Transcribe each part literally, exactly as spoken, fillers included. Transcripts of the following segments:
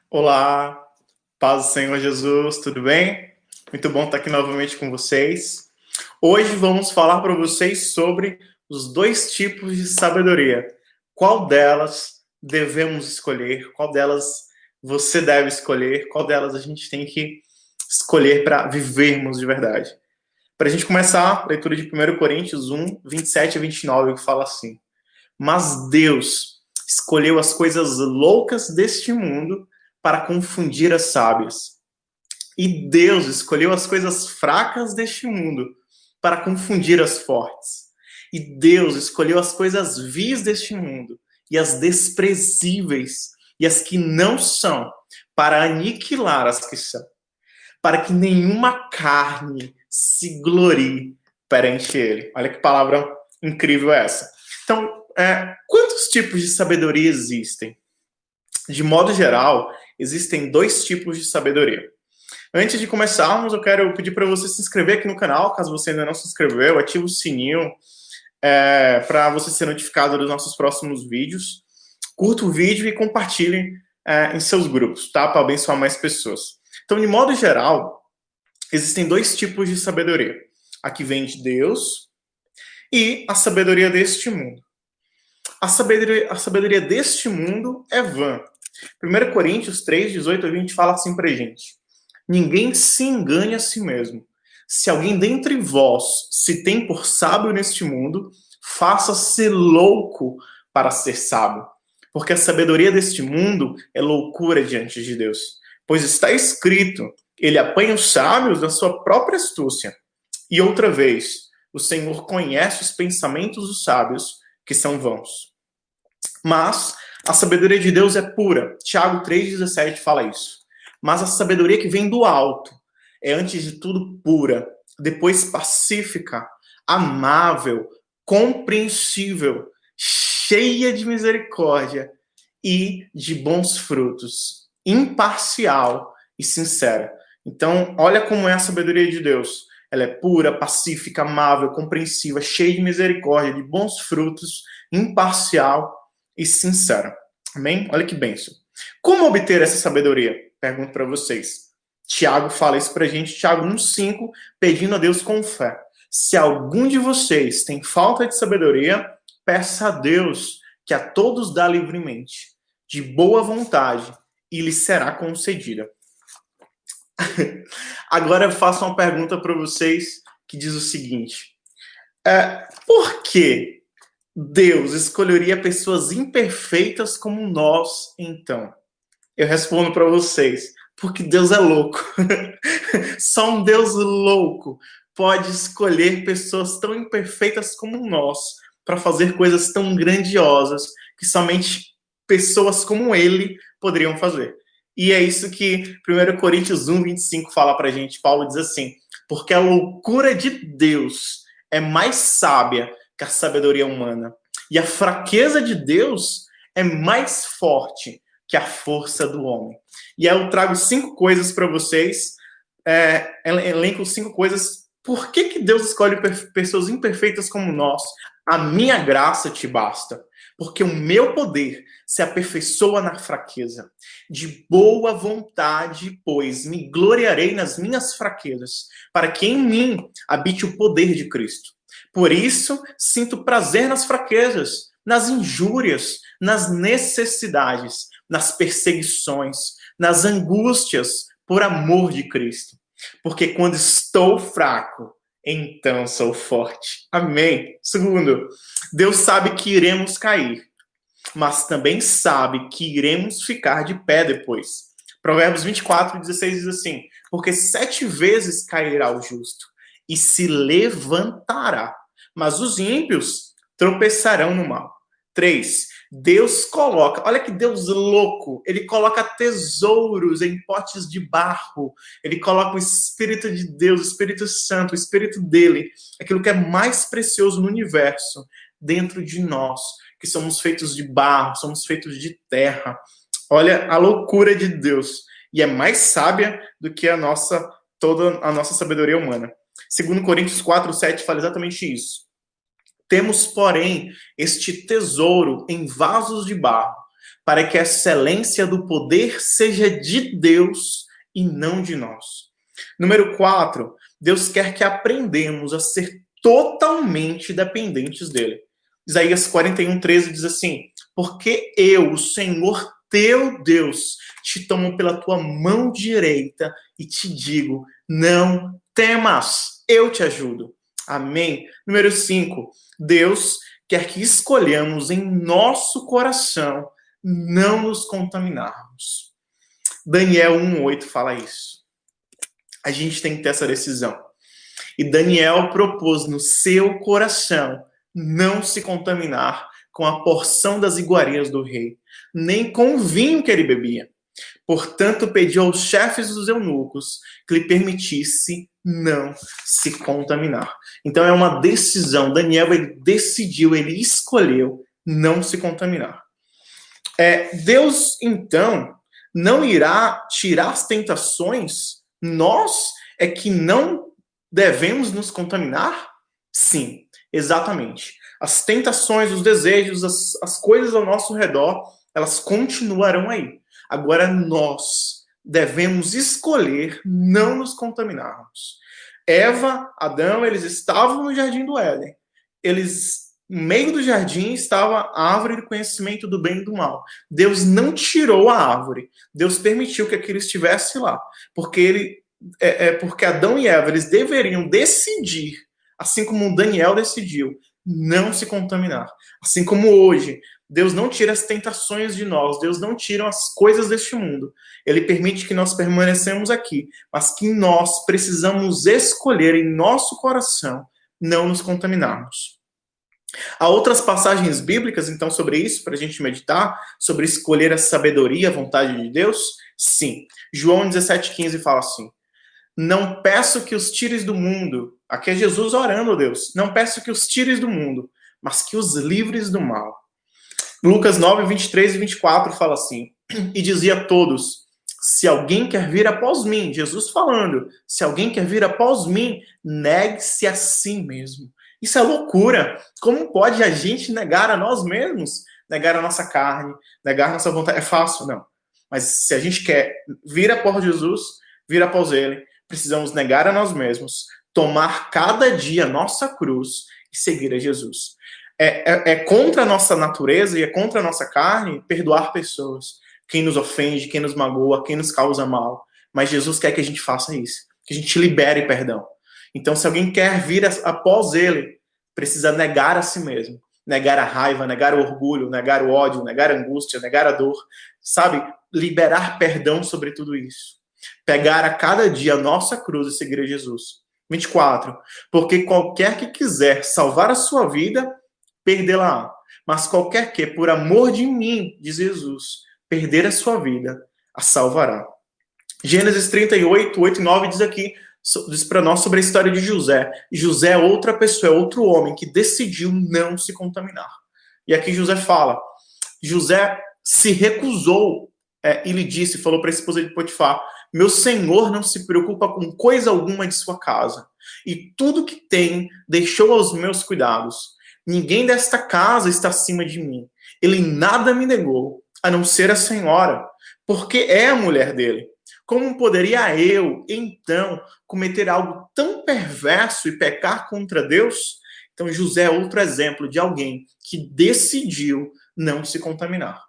Olá, paz do Senhor Jesus, tudo bem? Muito bom estar aqui novamente com vocês. Hoje vamos falar para vocês sobre os dois tipos de sabedoria. Qual delas devemos escolher? Qual delas você deve escolher? Qual delas a gente tem que escolher para vivermos de verdade? Para a gente começar, a leitura de primeiro Coríntios um, vinte e sete a vinte e nove, que fala assim: Mas Deus escolheu as coisas loucas deste mundo para confundir as sábias. E Deus escolheu as coisas fracas deste mundo para confundir as fortes. E Deus escolheu as coisas vis deste mundo e as desprezíveis e as que não são para aniquilar as que são, para que nenhuma carne se glorie perante ele. Olha que palavra incrível é essa. Então, é, quantos tipos de sabedoria existem? De modo geral, existem dois tipos de sabedoria. Antes de começarmos, eu quero pedir para você se inscrever aqui no canal, caso você ainda não se inscreveu, ative o sininho é, para você ser notificado dos nossos próximos vídeos. Curta o vídeo e compartilhe é, em seus grupos, tá? Para abençoar mais pessoas. Então, de modo geral, existem dois tipos de sabedoria. A que vem de Deus e a sabedoria deste mundo. A sabedoria, a sabedoria deste mundo é vã. primeiro Coríntios três, dezoito a vinte fala assim pra gente: Ninguém se engane a si mesmo. Se alguém dentre vós se tem por sábio neste mundo, faça-se louco para ser sábio. Porque a sabedoria deste mundo é loucura diante de Deus. Pois está escrito, ele apanha os sábios da sua própria astúcia. E outra vez, o Senhor conhece os pensamentos dos sábios, que são vãos. Mas a sabedoria de Deus é pura. Tiago três, dezessete fala isso. Mas a sabedoria que vem do alto é, antes de tudo, pura, depois pacífica, amável, compreensível, cheia de misericórdia e de bons frutos, imparcial e sincera. Então, olha como é a sabedoria de Deus. Ela é pura, pacífica, amável, compreensiva, cheia de misericórdia, de bons frutos, imparcial e sincera. Amém? Olha que bênção. Como obter essa sabedoria? Pergunto para vocês. Tiago fala isso para a gente, Tiago um, cinco, pedindo a Deus com fé. Se algum de vocês tem falta de sabedoria, peça a Deus, que a todos dá livremente, de boa vontade, e lhe será concedida. Agora eu faço uma pergunta para vocês que diz o seguinte: é, por que Deus escolheria pessoas imperfeitas como nós, então? Eu respondo para vocês, porque Deus é louco. Só um Deus louco pode escolher pessoas tão imperfeitas como nós para fazer coisas tão grandiosas que somente pessoas como ele poderiam fazer. E é isso que primeiro Coríntios um, vinte e cinco fala para a gente. Paulo diz assim: porque a loucura de Deus é mais sábia que a sabedoria humana. E a fraqueza de Deus é mais forte que a força do homem. E aí eu trago cinco coisas para vocês, é, elenco cinco coisas. Por que, que Deus escolhe pessoas imperfeitas como nós? A minha graça te basta, porque o meu poder se aperfeiçoa na fraqueza. De boa vontade, pois, me gloriarei nas minhas fraquezas, para que em mim habite o poder de Cristo. Por isso, sinto prazer nas fraquezas, nas injúrias, nas necessidades, nas perseguições, nas angústias, por amor de Cristo. Porque quando estou fraco, então sou forte. Amém. Segundo, Deus sabe que iremos cair, mas também sabe que iremos ficar de pé depois. Provérbios vinte e quatro, dezesseis diz assim: porque sete vezes cairá o justo e se levantará, mas os ímpios tropeçarão no mal. Três, Deus coloca, olha que Deus louco, ele coloca tesouros em potes de barro, ele coloca o Espírito de Deus, o Espírito Santo, o Espírito dele, aquilo que é mais precioso no universo, dentro de nós, que somos feitos de barro, somos feitos de terra. Olha a loucura de Deus, e é mais sábia do que a nossa, toda a nossa sabedoria humana. Segundo Coríntios quatro, sete fala exatamente isso. Temos, porém, este tesouro em vasos de barro, para que a excelência do poder seja de Deus e não de nós. Número quatro, Deus quer que aprendamos a ser totalmente dependentes dele. Isaías quarenta e um, treze diz assim: porque eu, o Senhor teu Deus, te tomo pela tua mão direita e te digo, não temas, eu te ajudo. Amém? Número cinco, Deus quer que escolhamos em nosso coração não nos contaminarmos. Daniel um, oito fala isso. A gente tem que ter essa decisão. E Daniel propôs no seu coração não se contaminar com a porção das iguarias do rei, nem com o vinho que ele bebia. Portanto, pediu aos chefes dos eunucos que lhe permitisse não se contaminar. Então é uma decisão. Daniel, ele decidiu, ele escolheu não se contaminar. É, Deus, então, não irá tirar as tentações. Nós é que não devemos nos contaminar? Sim, exatamente. As tentações, os desejos, as, as coisas ao nosso redor, elas continuarão aí. Agora nós devemos escolher não nos contaminarmos. Eva, Adão, eles estavam no jardim do Éden. Eles, no meio do jardim, estava a árvore do conhecimento do bem e do mal. Deus não tirou a árvore. Deus permitiu que aquilo estivesse lá. Porque ele, é, é, porque Adão e Eva, eles deveriam decidir, assim como Daniel decidiu, não se contaminar. Assim como hoje, Deus não tira as tentações de nós, Deus não tira as coisas deste mundo. Ele permite que nós permanecemos aqui, mas que nós precisamos escolher em nosso coração não nos contaminarmos. Há outras passagens bíblicas, então, sobre isso, para a gente meditar, sobre escolher a sabedoria, a vontade de Deus? Sim. João dezessete, quinze fala assim: não peço que os tires do mundo. Aqui é Jesus orando, Deus. Não peço que os tires do mundo, mas que os livres do mal. Lucas nove, vinte e três e vinte e quatro fala assim: e dizia a todos, se alguém quer vir após mim, Jesus falando, se alguém quer vir após mim, negue-se a si mesmo. Isso é loucura. Como pode a gente negar a nós mesmos? Negar a nossa carne, negar a nossa vontade. É fácil? Não. Mas se a gente quer vir após Jesus, vir após ele, precisamos negar a nós mesmos, tomar cada dia a nossa cruz e seguir a Jesus. É, é, é contra a nossa natureza e é contra a nossa carne perdoar pessoas, quem nos ofende, quem nos magoa, quem nos causa mal. Mas Jesus quer que a gente faça isso, que a gente libere perdão. Então, se alguém quer vir após ele, precisa negar a si mesmo. Negar a raiva, negar o orgulho, negar o ódio, negar a angústia, negar a dor. Sabe? Liberar perdão sobre tudo isso. Pegar a cada dia a nossa cruz e seguir a Jesus. vinte e quatro. Porque qualquer que quiser salvar a sua vida, perdê-la. Mas qualquer que, por amor de mim, diz Jesus, perder a sua vida, a salvará. Gênesis trinta e oito, oito e nove diz aqui, diz para nós sobre a história de José. José é outra pessoa, é outro homem que decidiu não se contaminar. E aqui José fala, José se recusou é, e lhe disse, falou para a esposa de Potifar, meu senhor não se preocupa com coisa alguma de sua casa, e tudo que tem deixou aos meus cuidados. Ninguém desta casa está acima de mim. Ele nada me negou, a não ser a senhora, porque é a mulher dele. Como poderia eu, então, cometer algo tão perverso e pecar contra Deus? Então, José é outro exemplo de alguém que decidiu não se contaminar.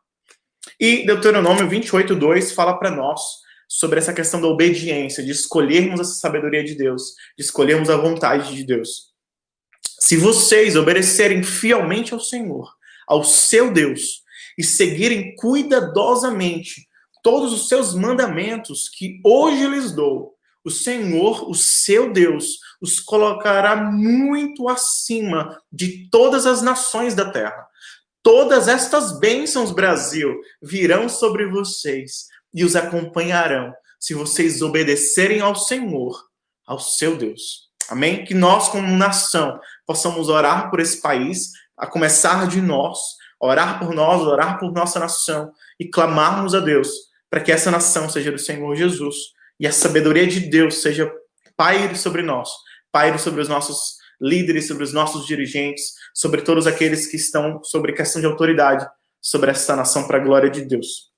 E Deuteronômio vinte e oito, dois fala para nós sobre essa questão da obediência, de escolhermos essa sabedoria de Deus, de escolhermos a vontade de Deus. Se vocês obedecerem fielmente ao Senhor, ao seu Deus, e seguirem cuidadosamente todos os seus mandamentos que hoje lhes dou, o Senhor, o seu Deus, os colocará muito acima de todas as nações da terra. Todas estas bênçãos, Brasil, virão sobre vocês e os acompanharão, se vocês obedecerem ao Senhor, ao seu Deus. Amém? Que nós, como nação, possamos orar por esse país, a começar de nós, orar por nós, orar por nossa nação e clamarmos a Deus para que essa nação seja do Senhor Jesus e a sabedoria de Deus seja paire sobre nós, paire sobre os nossos líderes, sobre os nossos dirigentes, sobre todos aqueles que estão sobre questão de autoridade sobre essa nação para a glória de Deus.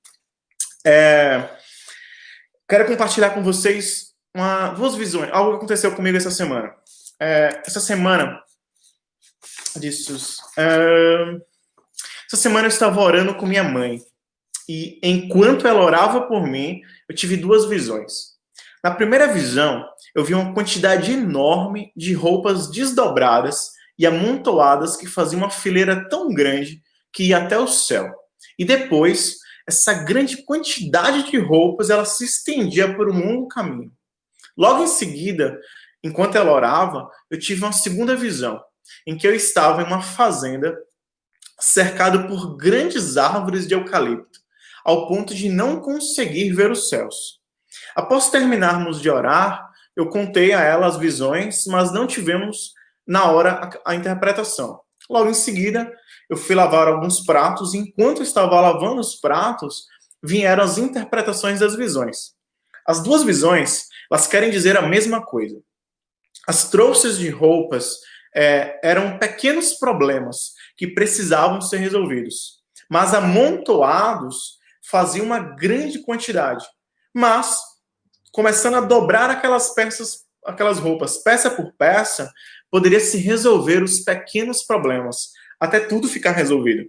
É, quero compartilhar com vocês uma, duas visões, algo que aconteceu comigo essa semana. É, essa semana, disso, é, essa semana eu estava orando com minha mãe, e enquanto ela orava por mim, eu tive duas visões. Na primeira visão, eu vi uma quantidade enorme de roupas desdobradas e amontoadas que faziam uma fileira tão grande que ia até o céu. E depois, essa grande quantidade de roupas, ela se estendia por um longo caminho. Logo em seguida, enquanto ela orava, eu tive uma segunda visão, em que eu estava em uma fazenda cercado por grandes árvores de eucalipto, ao ponto de não conseguir ver os céus. Após terminarmos de orar, eu contei a ela as visões, mas não tivemos na hora a, a interpretação. Logo em seguida, eu fui lavar alguns pratos, e enquanto eu estava lavando os pratos, vieram as interpretações das visões. As duas visões, elas querem dizer a mesma coisa. As trouxas de roupas é, eram pequenos problemas que precisavam ser resolvidos, mas amontoados faziam uma grande quantidade. Mas, começando a dobrar aquelas peças, aquelas roupas, peça por peça, poderia se resolver os pequenos problemas, até tudo ficar resolvido.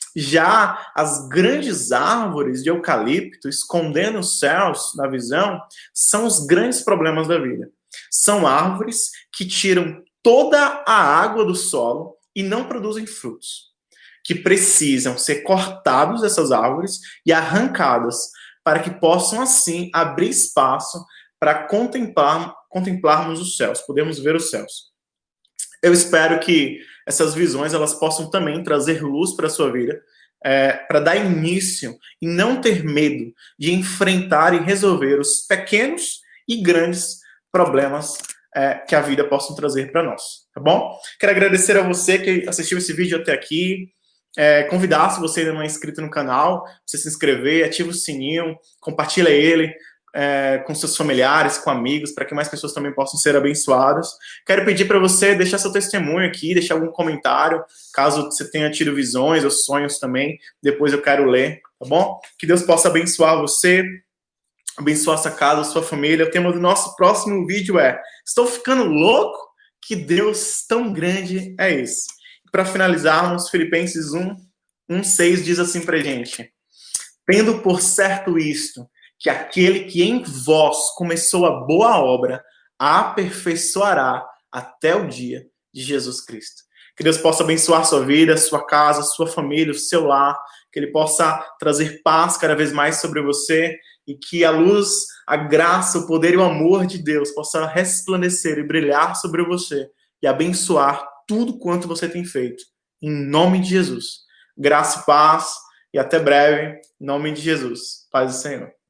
Já as grandes árvores de eucalipto escondendo os céus na visão são os grandes problemas da vida. São árvores que tiram toda a água do solo e não produzem frutos, que precisam ser cortados essas árvores e arrancadas para que possam assim abrir espaço para contemplar, contemplarmos os céus, podemos ver os céus. Eu espero que essas visões elas possam também trazer luz para a sua vida, é, para dar início e não ter medo de enfrentar e resolver os pequenos e grandes problemas é, que a vida possa trazer para nós, tá bom? Quero agradecer a você que assistiu esse vídeo até aqui, é, convidar, se você ainda não é inscrito no canal, você se inscrever, ativa o sininho, compartilha ele, É, com seus familiares, com amigos, para que mais pessoas também possam ser abençoadas. Quero pedir para você deixar seu testemunho aqui, deixar algum comentário, caso você tenha tido visões ou sonhos também, depois eu quero ler, tá bom? Que Deus possa abençoar você, abençoar sua casa, sua família. O tema do nosso próximo vídeo é: estou ficando louco? Que Deus tão grande é esse? Para finalizarmos, Filipenses um, um, seis diz assim pra gente: tendo por certo isto, que aquele que em vós começou a boa obra, a aperfeiçoará até o dia de Jesus Cristo. Que Deus possa abençoar sua vida, sua casa, sua família, o seu lar, que Ele possa trazer paz cada vez mais sobre você, e que a luz, a graça, o poder e o amor de Deus possa resplandecer e brilhar sobre você e abençoar tudo quanto você tem feito. Em nome de Jesus. Graça e paz, e até breve, em nome de Jesus. Paz do Senhor.